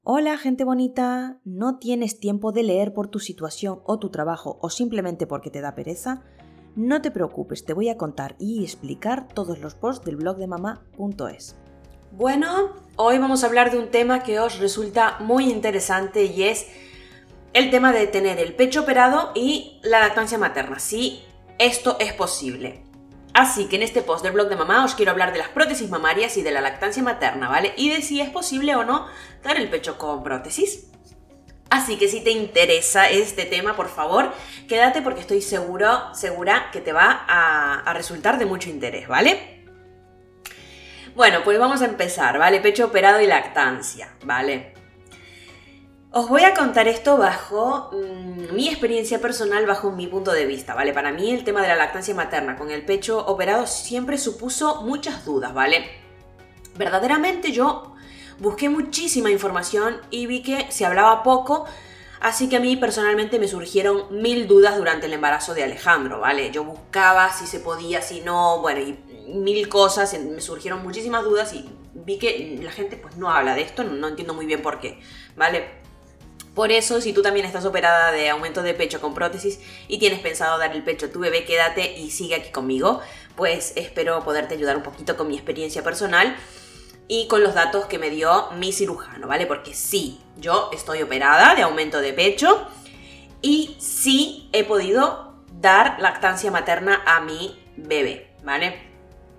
Hola, gente bonita. ¿No tienes tiempo de leer por tu situación o tu trabajo o simplemente porque te da pereza? No te preocupes, te voy a contar y explicar todos los posts del blog de mamá.es. Bueno, hoy vamos a hablar de un tema que os resulta muy interesante y es el tema de tener el pecho operado y la lactancia materna, si esto es posible. Así que en este post del blog de mamá os quiero hablar de las prótesis mamarias y de la lactancia materna, ¿vale? Y de si es posible o no dar el pecho con prótesis. Así que si te interesa este tema, por favor, quédate porque estoy segura que te va a resultar de mucho interés, ¿vale? Bueno, pues vamos a empezar, ¿vale? Pecho operado y lactancia, ¿vale? Os voy a contar esto bajo mi experiencia personal, bajo mi punto de vista, ¿vale? Para mí el tema de la lactancia materna con el pecho operado siempre supuso muchas dudas, ¿vale? Verdaderamente yo busqué muchísima información y vi que se hablaba poco, así que a mí personalmente me surgieron 1000 dudas durante el embarazo de Alejandro, ¿vale? Yo buscaba si se podía, si no, bueno, y 1000 cosas, me surgieron muchísimas dudas y vi que la gente pues no habla de esto, no entiendo muy bien por qué, ¿vale? Por eso, si tú también estás operada de aumento de pecho con prótesis y tienes pensado dar el pecho a tu bebé, quédate y sigue aquí conmigo, pues espero poderte ayudar un poquito con mi experiencia personal y con los datos que me dio mi cirujano, ¿vale? Porque sí, yo estoy operada de aumento de pecho y sí he podido dar lactancia materna a mi bebé, ¿vale?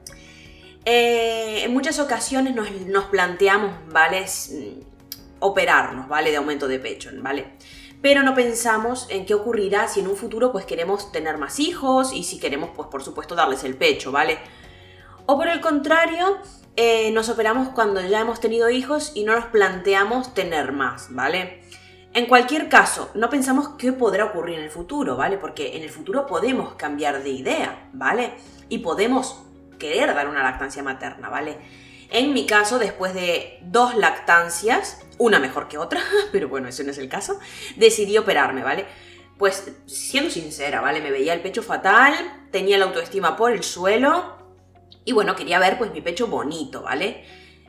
En muchas ocasiones nos planteamos, ¿vale? Operarnos, ¿vale? De aumento de pecho, ¿vale? Pero no pensamos en qué ocurrirá si en un futuro pues queremos tener más hijos y si queremos pues por supuesto darles el pecho, ¿vale? O por el contrario, nos operamos cuando ya hemos tenido hijos y no nos planteamos tener más, ¿vale? En cualquier caso, no pensamos qué podrá ocurrir en el futuro, ¿vale? Porque en el futuro podemos cambiar de idea, ¿vale? Y podemos querer dar una lactancia materna, ¿vale? En mi caso, después de 2 lactancias, una mejor que otra, pero bueno, ese no es el caso, decidí operarme, ¿vale? Pues siendo sincera, ¿vale? Me veía el pecho fatal, tenía la autoestima por el suelo y bueno, quería ver pues mi pecho bonito, ¿vale?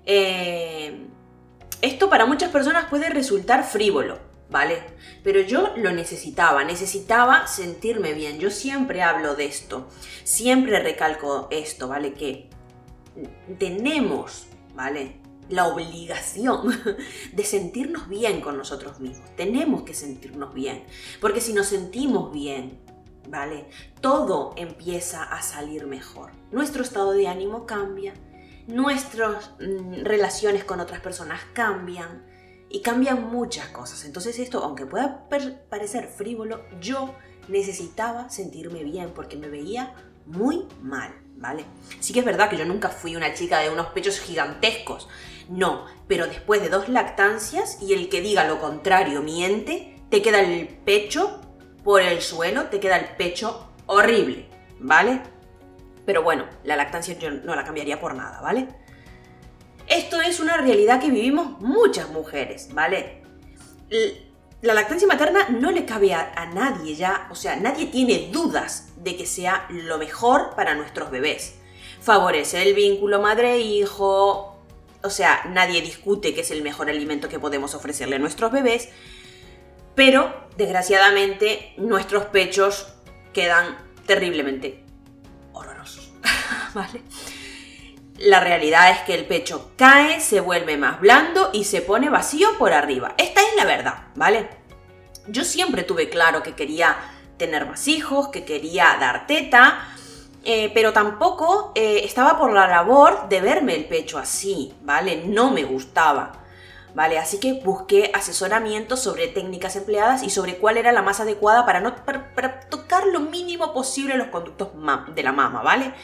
Esto para muchas personas puede resultar frívolo, ¿vale? Pero yo lo necesitaba sentirme bien. Yo siempre hablo de esto, siempre recalco esto, ¿vale? Que tenemos, ¿vale? La obligación de sentirnos bien con nosotros mismos. Tenemos que sentirnos bien, porque si nos sentimos bien, ¿vale? Todo empieza a salir mejor. Nuestro estado de ánimo cambia, nuestras relaciones con otras personas cambian y cambian muchas cosas. Entonces esto, aunque pueda parecer frívolo, yo necesitaba sentirme bien porque me veía muy mal, ¿vale? Sí que es verdad que yo nunca fui una chica de unos pechos gigantescos, no, pero después de 2 lactancias y el que diga lo contrario miente, te queda el pecho por el suelo, te queda el pecho horrible, ¿vale? Pero bueno, la lactancia yo no la cambiaría por nada, ¿vale? Esto es una realidad que vivimos muchas mujeres, ¿vale? La lactancia materna no le cabe a nadie ya, o sea, nadie tiene dudas de que sea lo mejor para nuestros bebés. Favorece el vínculo madre-hijo, o sea, nadie discute que es el mejor alimento que podemos ofrecerle a nuestros bebés, pero desgraciadamente nuestros pechos quedan terriblemente horrorosos, ¿vale? La realidad es que el pecho cae, se vuelve más blando y se pone vacío por arriba. Esta es la verdad, ¿vale? Yo siempre tuve claro que quería tener más hijos, que quería dar teta, pero tampoco estaba por la labor de verme el pecho así, ¿vale? No me gustaba, ¿vale? Así que busqué asesoramiento sobre técnicas empleadas y sobre cuál era la más adecuada para tocar lo mínimo posible los conductos de la mama, ¿vale?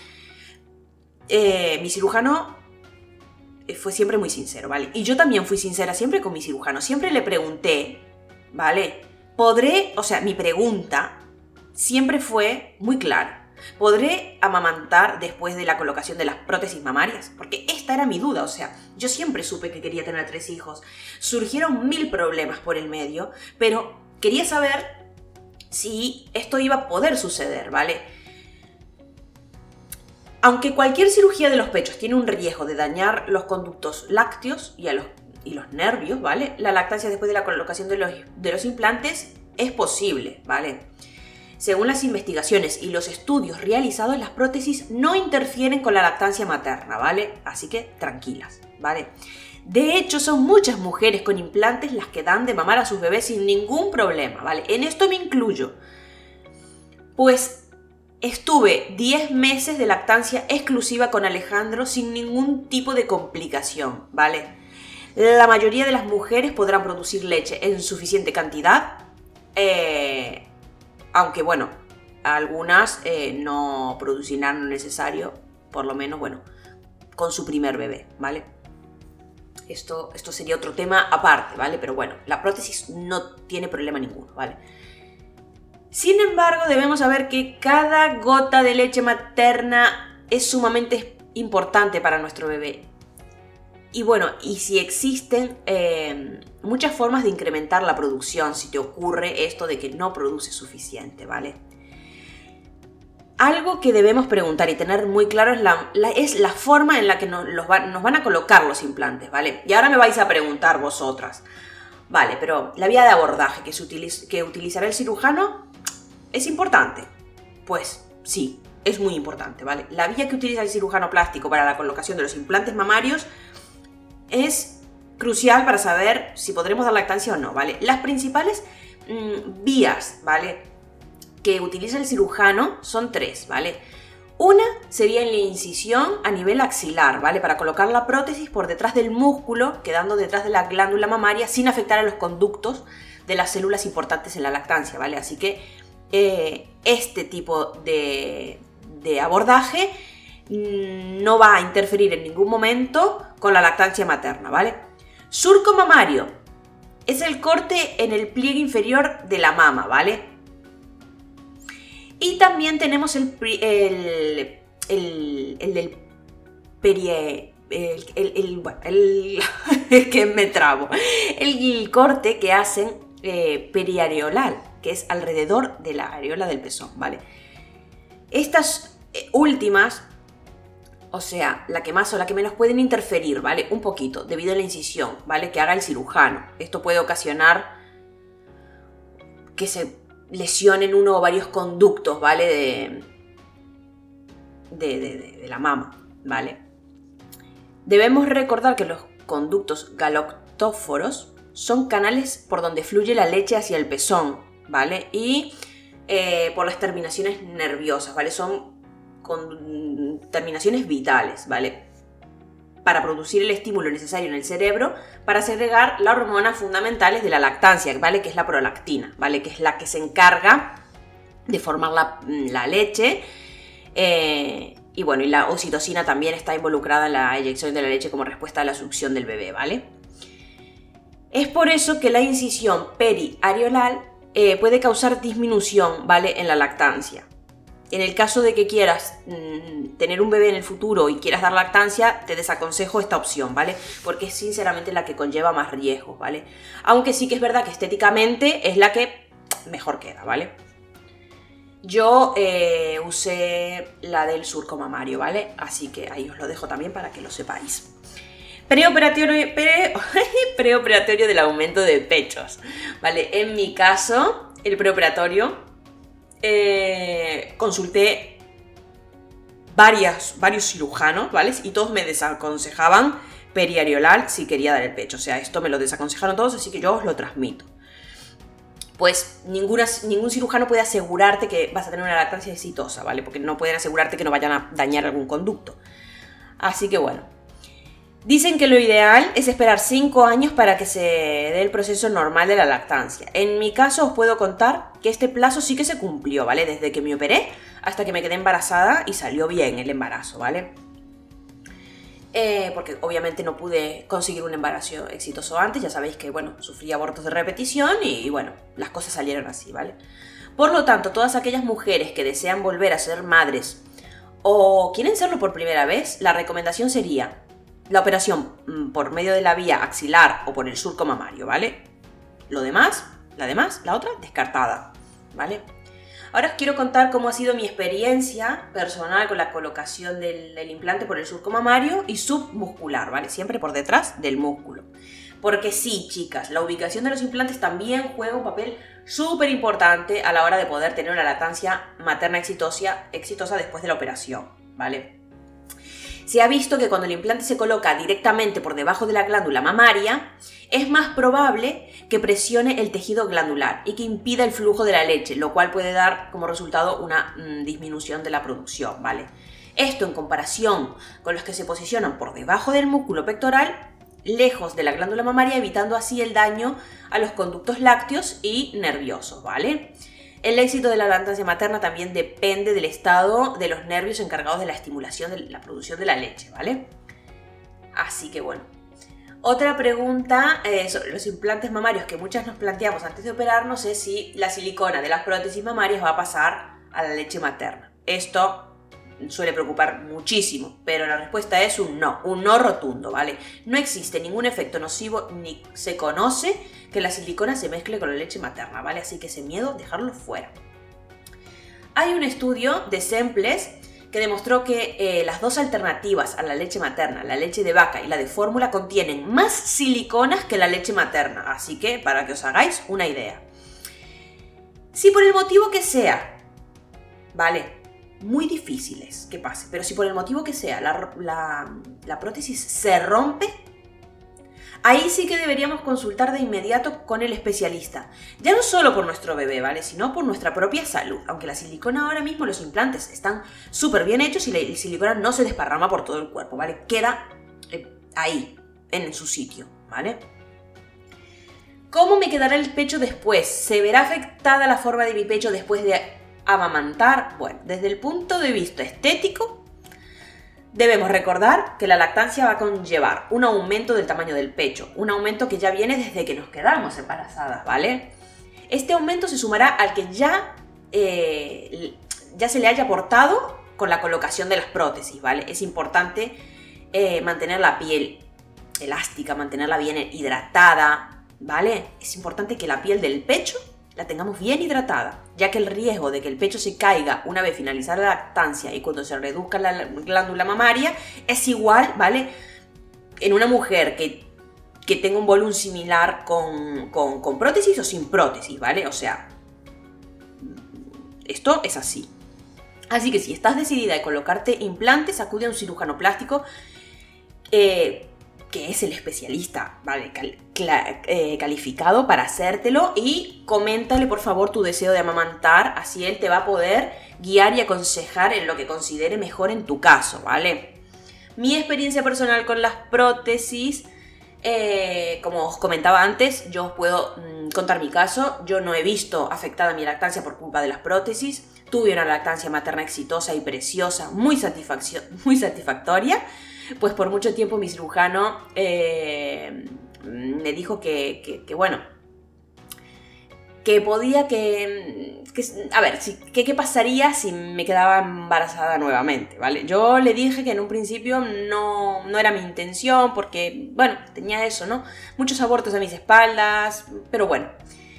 Mi cirujano fue siempre muy sincero, ¿vale? Y yo también fui sincera siempre con mi cirujano. Siempre le pregunté, ¿vale? Mi pregunta siempre fue muy clara. ¿Podré amamantar después de la colocación de las prótesis mamarias? Porque esta era mi duda, o sea, yo siempre supe que quería tener 3 hijos. Surgieron 1000 problemas por el medio, pero quería saber si esto iba a poder suceder, ¿vale? Aunque cualquier cirugía de los pechos tiene un riesgo de dañar los conductos lácteos y a los y los nervios, ¿vale? La lactancia después de la colocación de los implantes es posible, ¿vale? Según las investigaciones y los estudios realizados, las prótesis no interfieren con la lactancia materna, ¿vale? Así que tranquilas, ¿vale? De hecho, son muchas mujeres con implantes las que dan de mamar a sus bebés sin ningún problema, ¿vale? En esto me incluyo. Pues estuve 10 meses de lactancia exclusiva con Alejandro sin ningún tipo de complicación, ¿vale? La mayoría de las mujeres podrán producir leche en suficiente cantidad, aunque bueno, algunas no producirán lo necesario, por lo menos, bueno, con su primer bebé, ¿vale? Esto sería otro tema aparte, ¿vale? Pero bueno, la prótesis no tiene problema ninguno, ¿vale? Sin embargo, debemos saber que cada gota de leche materna es sumamente importante para nuestro bebé. Y bueno, y si existen muchas formas de incrementar la producción si te ocurre esto de que no produce suficiente, ¿vale? Algo que debemos preguntar y tener muy claro es la forma en la que nos van a colocar los implantes, ¿vale? Y ahora me vais a preguntar vosotras, vale, pero la vía de abordaje que utilizará el cirujano ¿es importante? Pues sí, es muy importante, ¿vale? La vía que utiliza el cirujano plástico para la colocación de los implantes mamarios es crucial para saber si podremos dar lactancia o no, ¿vale? Las principales vías, ¿vale?, que utiliza el cirujano son 3, ¿vale? Una sería en la incisión a nivel axilar, ¿vale? Para colocar la prótesis por detrás del músculo, quedando detrás de la glándula mamaria sin afectar a los conductos de las células importantes en la lactancia, ¿vale? Así que este tipo de abordaje no va a interferir en ningún momento con la lactancia materna, ¿vale? Surco mamario es el corte en el pliegue inferior de la mama, ¿vale? Y también tenemos el del perie... es que me trabo. El corte que hacen periareolar, que es alrededor de la areola del pezón, ¿vale? Estas últimas, o sea, la que más o la que menos pueden interferir, ¿vale? Un poquito, debido a la incisión, ¿vale?, que haga el cirujano. Esto puede ocasionar que se lesionen uno o varios conductos, ¿vale?, de la mama, ¿vale? Debemos recordar que los conductos galactóforos son canales por donde fluye la leche hacia el pezón, ¿vale? Y por las terminaciones nerviosas, ¿vale? Son con terminaciones vitales, ¿vale?, para producir el estímulo necesario en el cerebro para segregar las hormonas fundamentales de la lactancia, ¿vale?, que es la prolactina, ¿vale?, que es la que se encarga de formar la leche, y bueno, y la oxitocina también está involucrada en la eyección de la leche como respuesta a la succión del bebé, ¿vale? Es por eso que la incisión periareolar puede causar disminución, ¿vale?, en la lactancia. En el caso de que quieras tener un bebé en el futuro y quieras dar lactancia, te desaconsejo esta opción, ¿vale? Porque es sinceramente la que conlleva más riesgos, ¿vale? Aunque sí que es verdad que estéticamente es la que mejor queda, ¿vale? Yo usé la del surco mamario, ¿vale? Así que ahí os lo dejo también para que lo sepáis. Preoperatorio del aumento de pechos, ¿vale? En mi caso, el preoperatorio, consulté varios cirujanos, ¿vale? Y todos me desaconsejaban periareolar si quería dar el pecho. O sea, esto me lo desaconsejaron todos, así que yo os lo transmito. Pues ningún cirujano puede asegurarte que vas a tener una lactancia exitosa, ¿vale? Porque no pueden asegurarte que no vayan a dañar algún conducto. Así que bueno. Dicen que lo ideal es esperar 5 años para que se dé el proceso normal de la lactancia. En mi caso os puedo contar que este plazo sí que se cumplió, ¿vale? Desde que me operé hasta que me quedé embarazada y salió bien el embarazo, ¿vale? Porque obviamente no pude conseguir un embarazo exitoso antes, ya sabéis que, bueno, sufrí abortos de repetición y bueno, las cosas salieron así, ¿vale? Por lo tanto, todas aquellas mujeres que desean volver a ser madres o quieren serlo por primera vez, la recomendación sería la operación por medio de la vía axilar o por el surco mamario, ¿vale? La otra, descartada, ¿vale? Ahora os quiero contar cómo ha sido mi experiencia personal con la colocación del implante por el surco mamario y submuscular, ¿vale? Siempre por detrás del músculo. Porque sí, chicas, la ubicación de los implantes también juega un papel súper importante a la hora de poder tener una lactancia materna exitosa después de la operación, ¿vale? Se ha visto que cuando el implante se coloca directamente por debajo de la glándula mamaria, es más probable que presione el tejido glandular y que impida el flujo de la leche, lo cual puede dar como resultado una disminución de la producción, ¿vale? Esto en comparación con los que se posicionan por debajo del músculo pectoral, lejos de la glándula mamaria, evitando así el daño a los conductos lácteos y nerviosos, ¿vale? El éxito de la lactancia materna también depende del estado de los nervios encargados de la estimulación de la producción de la leche, ¿vale? Así que bueno. Otra pregunta sobre los implantes mamarios que muchas nos planteamos antes de operarnos es si la silicona de las prótesis mamarias va a pasar a la leche materna. Esto suele preocupar muchísimo, pero la respuesta es un no rotundo, ¿vale? No existe ningún efecto nocivo ni se conoce que la silicona se mezcle con la leche materna, ¿vale? Así que ese miedo, dejarlo fuera. Hay un estudio de Semples que demostró que las dos alternativas a la leche materna, la leche de vaca y la de fórmula, contienen más siliconas que la leche materna, así que para que os hagáis una idea. Si por el motivo que sea, ¿vale? Muy difíciles que pase, pero si por el motivo que sea la prótesis se rompe, ahí sí que deberíamos consultar de inmediato con el especialista, ya no solo por nuestro bebé, ¿vale? Sino por nuestra propia salud, aunque la silicona ahora mismo, los implantes están súper bien hechos y la silicona no se desparrama por todo el cuerpo, ¿vale? Queda ahí, en su sitio, ¿vale? ¿Cómo me quedará el pecho después? ¿Se verá afectada la forma de mi pecho después de amamantar? Bueno, desde el punto de vista estético, debemos recordar que la lactancia va a conllevar un aumento del tamaño del pecho, un aumento que ya viene desde que nos quedamos embarazadas, ¿vale? Este aumento se sumará al que ya se le haya aportado con la colocación de las prótesis, ¿vale? Es importante mantener la piel elástica, mantenerla bien hidratada, ¿vale? Es importante que la piel del pecho la tengamos bien hidratada, ya que el riesgo de que el pecho se caiga una vez finalizada la lactancia y cuando se reduzca la glándula mamaria es igual, ¿vale? En una mujer que tenga un volumen similar con prótesis o sin prótesis, ¿vale? O sea, esto es así. Así que si estás decidida a colocarte implantes, acude a un cirujano plástico que es el especialista, ¿vale? Calificado para hacértelo, y coméntale por favor tu deseo de amamantar, así él te va a poder guiar y aconsejar en lo que considere mejor en tu caso, ¿vale? Mi experiencia personal con las prótesis, como os comentaba antes, yo os puedo contar mi caso. Yo no he visto afectada mi lactancia por culpa de las prótesis. Tuve una lactancia materna exitosa y preciosa, muy satisfactoria. Pues por mucho tiempo mi cirujano me dijo que bueno, que podía a ver, ¿qué pasaría si me quedaba embarazada nuevamente, ¿vale? Yo le dije que en un principio no era mi intención porque, bueno, tenía eso, ¿no? Muchos abortos a mis espaldas, pero bueno.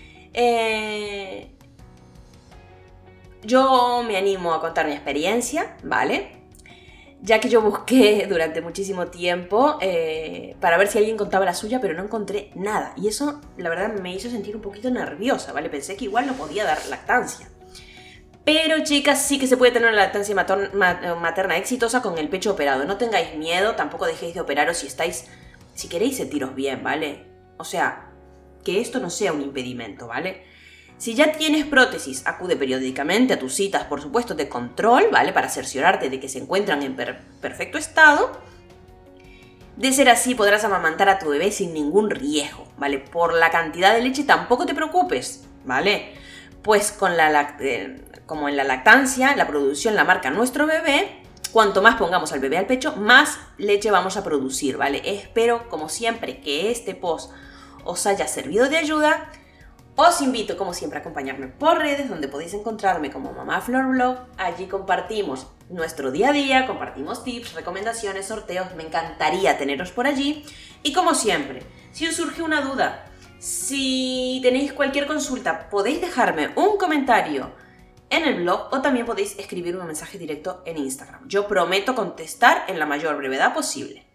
Yo me animo a contar mi experiencia, ¿vale? Ya que yo busqué durante muchísimo tiempo para ver si alguien contaba la suya, pero no encontré nada. Y eso, la verdad, me hizo sentir un poquito nerviosa, ¿vale? Pensé que igual no podía dar lactancia. Pero, chicas, sí que se puede tener una lactancia materna exitosa con el pecho operado. No tengáis miedo, tampoco dejéis de operaros si queréis sentiros bien, ¿vale? O sea, que esto no sea un impedimento, ¿vale? Si ya tienes prótesis, acude periódicamente a tus citas, por supuesto, de control, ¿vale? Para cerciorarte de que se encuentran en perfecto estado. De ser así, podrás amamantar a tu bebé sin ningún riesgo, ¿vale? Por la cantidad de leche tampoco te preocupes, ¿vale? Pues como en la lactancia, la producción la marca nuestro bebé. Cuanto más pongamos al bebé al pecho, más leche vamos a producir, ¿vale? Espero, como siempre, que este post os haya servido de ayuda. Os invito, como siempre, a acompañarme por redes, donde podéis encontrarme como Mamá Flor Blog. Allí compartimos nuestro día a día, compartimos tips, recomendaciones, sorteos. Me encantaría teneros por allí. Y como siempre, si os surge una duda, si tenéis cualquier consulta, podéis dejarme un comentario en el blog o también podéis escribir un mensaje directo en Instagram. Yo prometo contestar en la mayor brevedad posible.